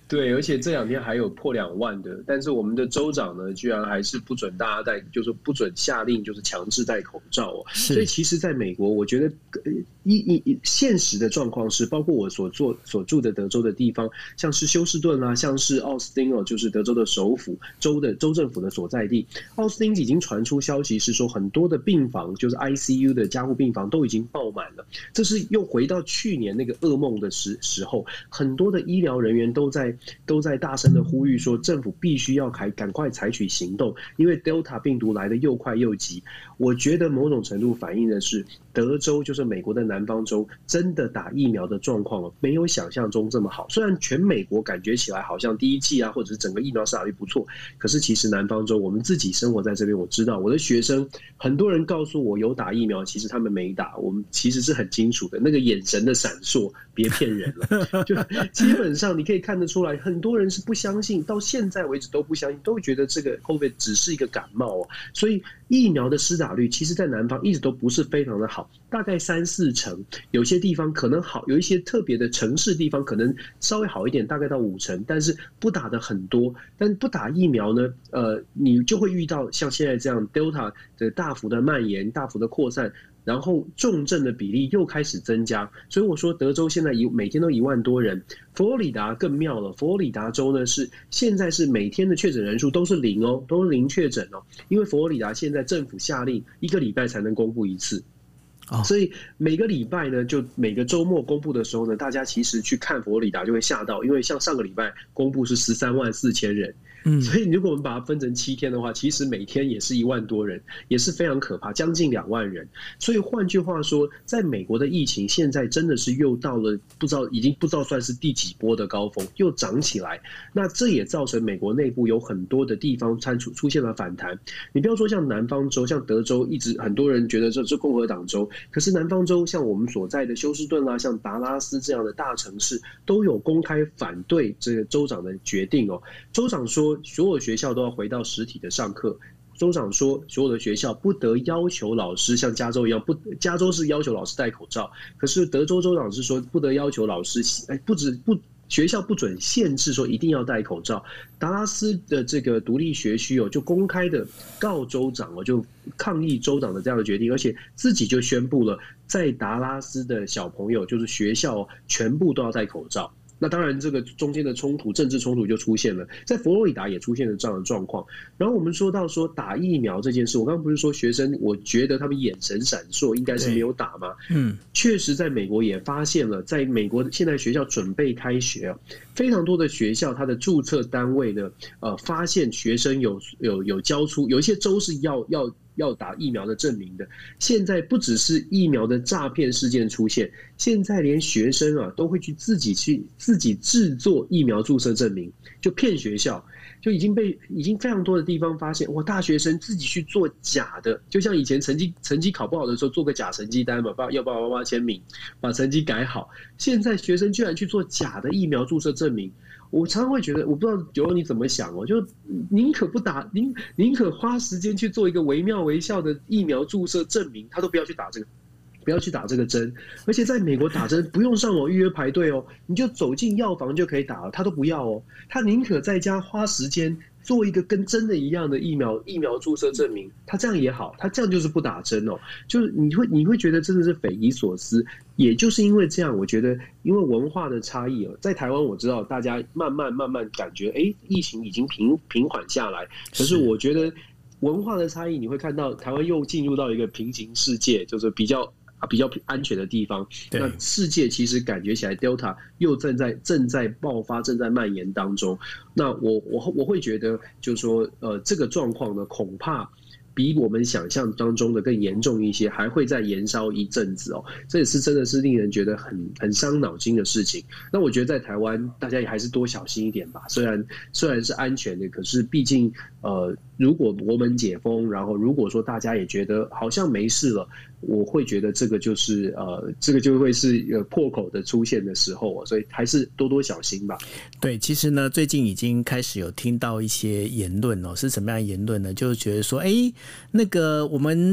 对，而且这两天还有破两万的，但是我们的州长呢，居然还是不准大家戴，就是不准下令，就是强制戴口罩哦。所以其实在美国，我觉得一一现实的状况是，包括我所做所住的德州的地方，像是休斯顿啊，像是奥斯汀哦，就是德州的首府，州的州政府的所在地。奥斯汀已经传出消息是说，很多的病房，就是 I C U 的加护病房都已经爆满了。这是又回到去年那个噩梦的时时候，很多的医疗人员都在都在大声的呼吁说，政府必须要赶赶快采取行动，因为 Delta 病毒来得又快又急。我觉得某种程度反映的是，德州就是美国的南方州，真的打疫苗的状况没有想象中这么好。虽然全美国感觉起来好像第一剂啊，或者是整个疫苗施打率不错，可是其实南方州，我们自己生活在这边，我知道我的学生很多人告诉我有打疫苗，其实他们没打，我们其实是很清楚的，那个眼神的闪烁，别骗人了。就基本上你可以看得出来，很多人是不相信，到现在为止都不相信，都觉得这个 COVID 只是一个感冒哦。所以疫苗的施打率其实在南方一直都不是非常的好，大概三四成，有些地方可能好，有一些特别的城市地方可能稍微好一点，大概到五成，但是不打的很多。但不打疫苗呢，呃，你就会遇到像现在这样 Delta 的大幅的蔓延、大幅的扩散。然后重症的比例又开始增加，所以我说德州现在一每天都一万多人，佛罗里达更妙了。佛罗里达州呢是现在是每天的确诊人数都是零哦，都是零确诊哦，因为佛罗里达现在政府下令一个礼拜才能公布一次。所以每个礼拜呢，就每个周末公布的时候呢，大家其实去看佛罗里达就会吓到，因为像上个礼拜公布是十三万四千人。嗯，所以如果我们把它分成七天的话，其实每天也是一万多人，也是非常可怕，将近两万人。所以换句话说，在美国的疫情现在真的是又到了不知道已经不知道算是第几波的高峰，又涨起来。那这也造成美国内部有很多的地方出出现了反弹。你不要说像南方州，像德州，一直很多人觉得这是共和党州，可是南方州像我们所在的休斯顿啦、像达拉斯这样的大城市，都有公开反对这个州长的决定哦。州长说，所有学校都要回到实体的上课。州长说，所有的学校不得要求老师像加州一样，不，加州是要求老师戴口罩，可是德州州长是说不得要求老师，哎，不止不。学校不准限制说一定要戴口罩。达拉斯的这个独立学区哦，就公开的告州长哦，就抗议州长的这样的决定，而且自己就宣布了，在达拉斯的小朋友就是学校全部都要戴口罩。那当然，这个中间的冲突、政治冲突就出现了，在佛罗里达也出现了这样的状况。然后我们说到说打疫苗这件事，我刚刚不是说学生，我觉得他们眼神闪烁，应该是没有打吗？嗯，确实在美国也发现了，在美国现在学校准备开学，非常多的学校它的注册单位呢，呃，发现学生有有有交出，有一些州是要要。要打疫苗的证明的，现在不只是疫苗的诈骗事件出现，现在连学生啊都会去自己去自己制作疫苗注册证明，就骗学校，就已经被已经非常多的地方发现，哇，大学生自己去做假的，就像以前成绩成绩考不好的时候做个假成绩单嘛，要爸爸妈妈签名，把成绩改好，现在学生居然去做假的疫苗注册证明。我常常会觉得，我不知道九欧你怎么想哦，就宁可不打，宁宁可花时间去做一个惟妙惟肖的疫苗注册证明，他都不要去打这个，不要去打这个针。而且在美国打针不用上网预约排队哦，你就走进药房就可以打了，他都不要哦，他宁可在家花时间做一个跟真的一样的疫苗疫苗注册证明，他这样也好，他这样就是不打针哦，就是你会你会觉得真的是匪夷所思。也就是因为这样，我觉得因为文化的差异哦，在台湾我知道大家慢慢慢慢感觉，哎，疫情已经平平缓下来，可是我觉得文化的差异，你会看到台湾又进入到一个平行世界，就是比较。比较安全的地方，那世界其实感觉起来 Delta 又正在正在爆发，正在蔓延当中。那我我我会觉得，就是说，呃，这个状况呢，恐怕比我们想象当中的更严重一些，还会再延烧一阵子哦。这也是真的是令人觉得很很伤脑筋的事情。那我觉得在台湾，大家也还是多小心一点吧。虽然虽然是安全的，可是毕竟呃，如果国门解封，然后如果说大家也觉得好像没事了。我会觉得这个就是呃，这个就会是呃破口的出现的时候、哦、所以还是多多小心吧。 对，其实呢，最近已经开始有听到一些言论哦，是什么样的言论呢？就是觉得说，哎，那个我们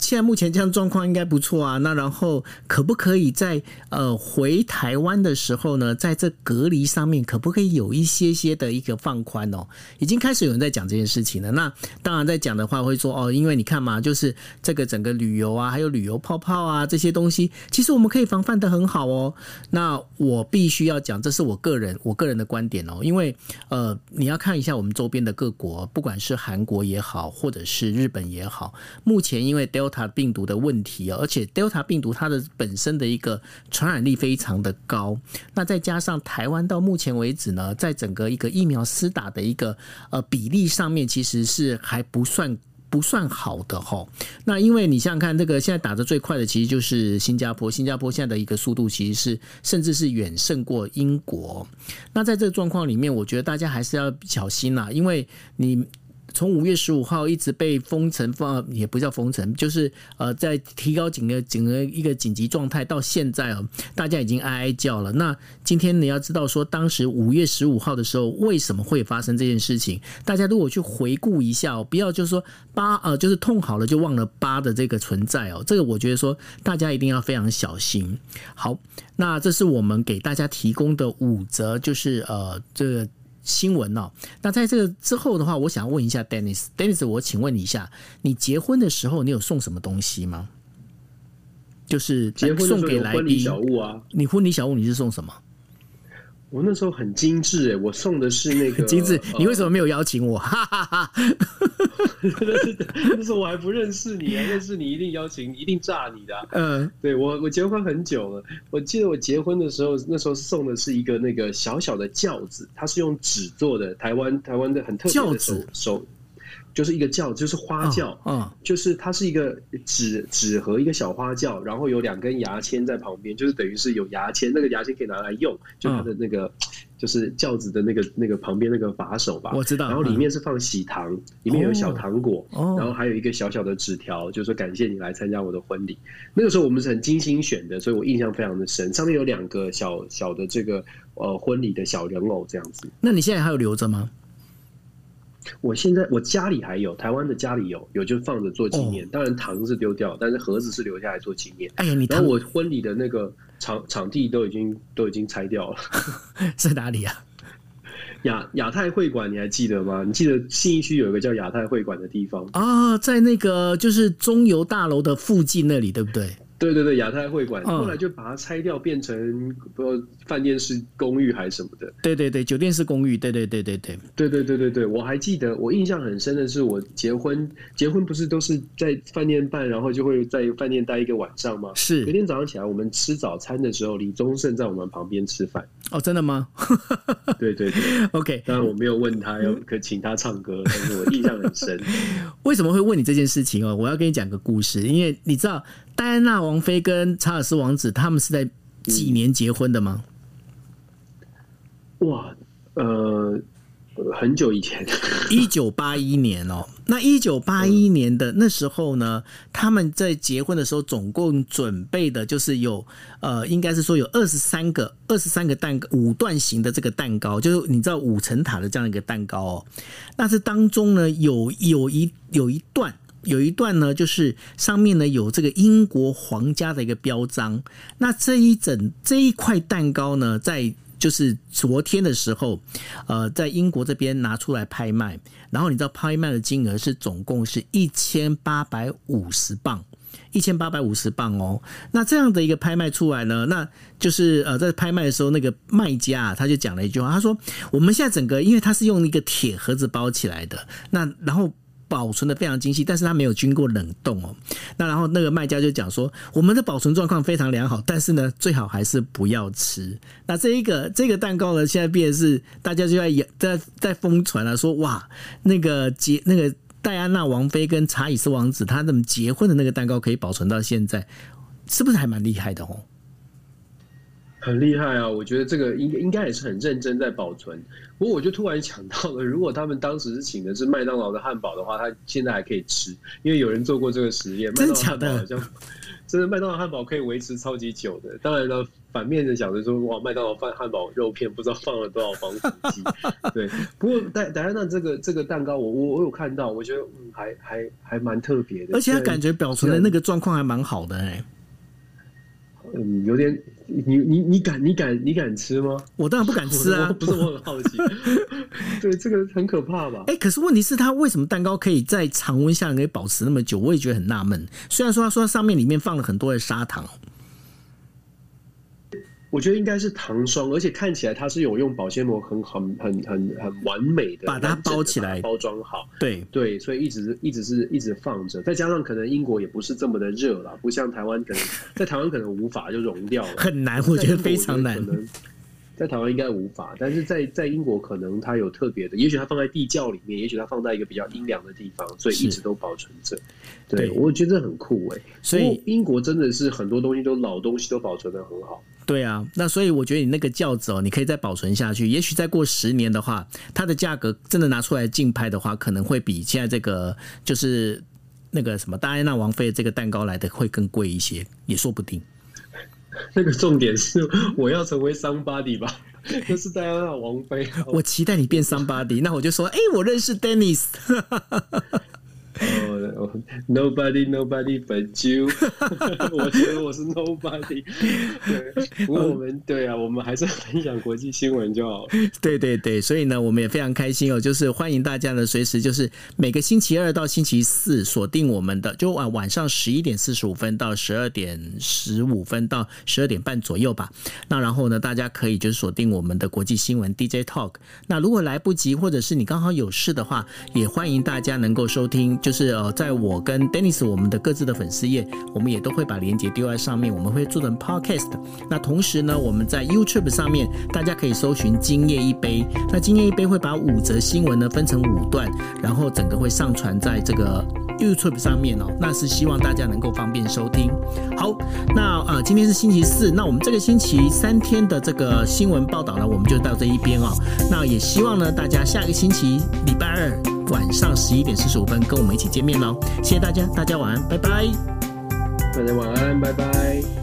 现在目前这样状况应该不错啊。那然后可不可以在呃回台湾的时候呢，在这隔离上面可不可以有一些些的一个放宽哦？已经开始有人在讲这件事情了。那当然在讲的话会说哦，因为你看嘛，就是这个整个旅游啊，还有旅游泡泡啊这些东西，其实我们可以防范得很好哦。那我必须要讲，这是我个人我个人的观点哦，因为呃你要看一下我们周边的各国，不管是韩国也好，或者是日本也好，目前因为 Delta 病毒的问题，而且 Delta 病毒它的本身的一个传染力非常的高，那再加上台湾到目前为止呢，在整个一个疫苗施打的一个呃比例上面，其实是还不算不算好的齁。那因为你想想看，这个现在打得最快的其实就是新加坡，新加坡现在的一个速度其实是甚至是远胜过英国。那在这个状况里面，我觉得大家还是要小心啦，因为你从五月十五号一直被封城，也不叫封城，就是呃，在提高整个整个一个紧急状态，到现在哦，大家已经哀哀叫了。那今天你要知道说，当时五月十五号的时候，为什么会发生这件事情？大家如果去回顾一下哦，不要就是说八呃，就是痛好了就忘了疤的这个存在哦，这个我觉得说大家一定要非常小心。好，那这是我们给大家提供的五则，就是呃这个新闻哦。那在这个之后的话，我想问一下 Dennis， Dennis， 我请问你一下，你结婚的时候你有送什么东西吗？就是结婚送给来宾婚礼小物啊。 你婚礼小物你是送什么？ 我那时候很精致哎，我送的是那个精致。你为什么没有邀请我？哈哈哈！ 那时候我还不认识你啊，认识你一定邀请，一定炸你的、啊。嗯，对我我结婚很久了，我记得我结婚的时候，那时候送的是一个那个小小的轿子，它是用纸做的，台湾台湾的很特别的手手。就是一个轿，就是花轿，嗯、哦哦，就是它是一个纸纸盒一个小花轿，然后有两根牙签在旁边，就是等于是有牙签，那个牙签可以拿来用，就它的那个、嗯、就是轿子的那个那个旁边那个把手吧， 我知道。 然后里面是放喜糖，嗯、里面有小糖果、哦，然后还有一个小小的纸条，就是说感谢你来参加我的婚礼。那个时候我们是很精心选的，所以我印象非常的深。上面有两个小小的这个呃婚礼的小人偶这样子。 那你现在还有留着吗？ 我现在我家里还有，台湾的家里有有就放着做纪念、哦，当然糖是丢掉，但是盒子是留下来做纪念。 哎呀，你然后我婚礼的那个场场地都已经都已经拆掉了， 在哪里啊？ 亚亚太会馆你还记得吗？你记得信义区有一个叫亚太会馆的地方啊、哦，在那个就是中油大楼的附近那里，对不对？ 对对对，亚太会馆、嗯、后来就把它拆掉，变成不知道饭店式公寓还是什么的。 对对对，酒店式公寓。对对对对对对对对对对，我还记得，我印象很深的是，我结婚结婚不是都是在饭店办，然后就会在饭店待一个晚上吗？ 是。 隔天早上起来，我们吃早餐的时候，李宗盛在我们旁边吃饭。 哦，真的吗？ 对对对 ，OK。 当然我没有问他要可请他唱歌，但是我印象很深。 为什么会问你这件事情哦？我要跟你讲个故事，因为你知道戴安娜王妃跟查尔斯王子他们是在几年结婚的吗？ 嗯、哇，呃，很久以前， 一九八一年哦。那一九八一年的那时候呢，他们在结婚的时候总共准备的就是有呃，应该是说有二十三个二十三个蛋糕，五段形的这个蛋糕，就是你知道五层塔的这样一个蛋糕哦。那这当中呢，有有一有一段。有一段呢，就是上面呢有这个英国皇家的一个标章。那这一整这一块蛋糕呢，在就是昨天的时候，呃，在英国这边拿出来拍卖，然后你知道拍卖的金额是总共是一千八百五十磅。一千八百五十磅哦，那这样的一个拍卖出来呢，那就是呃，在拍卖的时候，那个卖家、啊、他就讲了一句话，他说：“我们现在整个，因为它是用一个铁盒子包起来的，那然后。”保存的非常精细，但是它没有经过冷冻哦。那然后那个卖家就讲说，我们的保存状况非常良好，但是呢，最好还是不要吃。那这一个这个蛋糕呢，现在变成是大家就在在在疯传了、啊，说哇，那个结那个戴安娜王妃跟查尔斯王子他们结婚的那个蛋糕可以保存到现在，是不是还蛮厉害的哦？ 很厉害啊！我觉得这个应应该也是很认真在保存。不过我就突然想到了，如果他们当时是请的是麦当劳的汉堡的话，他现在还可以吃，因为有人做过这个实验。 真的假的？ 好像真的麦当劳汉堡可以维持超级久的。当然了，反面的讲的说，哇，麦当劳放汉堡肉片不知道放了多少防腐剂。对，不过戴戴安娜这个这个蛋糕我，我我有看到，我觉得嗯还还还蛮特别的， 而且它感觉保存的那个状况还蛮好的哎、欸。 嗯，有点，你你你敢你敢你敢吃吗？ 我当然不敢吃啊！ 不是，我很好奇。对，这个很可怕吧？ 哎、欸，可是问题是，它为什么蛋糕可以在常温下可以保持那么久？我也觉得很纳闷。虽然说他说它上面里面放了很多的砂糖。 我觉得应该是糖霜，而且看起来它是有用保鲜膜很很很很很完美的把它包起来， 包装好。 对对，所以一直一直是一直放着，再加上可能英国也不是这么的热啦，不像台湾可能在台湾可能无法就融掉了， 很难，我觉得非常难。 在台湾应该无法，但是在在英国可能它有特别的，也许它放在地窖里面，也许它放在一个比较阴凉的地方，所以一直都保存着。对，我觉得很酷哎、欸。所以英国真的是很多东西都老东西都保存得很好。 对啊，那所以我觉得你那个轿子哦，你可以再保存下去。也许再过十年的话，它的价格真的拿出来竞拍的话，可能会比现在这个就是那个什么戴安娜王妃的这个蛋糕来的会更贵一些，也说不定。 那个重点是我要成为 somebody 吧，那是戴安娜王妃。 我期待你变 somebody， 那我就说，哎、欸，我认识 Dennis。 Oh, nobody, nobody but you 。我觉得我是 nobody 对。不过我们对啊，我们还是分享国际新闻就好了。 对对对，所以呢，我们也非常开心哦，就是欢迎大家呢，随时就是每个星期二到星期四锁定我们的，就晚晚上十一点四十五分到十二点十五分到十二点半左右吧。那然后呢，大家可以就是锁定我们的国际新闻 D J Talk。那如果来不及，或者是你刚好有事的话，也欢迎大家能够收听。就是呃，在我跟 Dennis 我们的各自的粉丝页，我们也都会把连结丢在上面，我们会做成 podcast。那同时呢，我们在 YouTube 上面，大家可以搜寻今夜一杯。那今夜一杯会把五则新闻呢分成五段，然后整个会上传在这个 YouTube 上面哦。那是希望大家能够方便收听。好，那呃，今天是星期四，那我们这个星期三天的这个新闻报道呢，我们就到这一边哦。那也希望呢，大家下个星期礼拜二晚上十一点四十五分跟我们一起见面喽！谢谢大家，大家晚安，拜拜。 大家晚安，拜拜。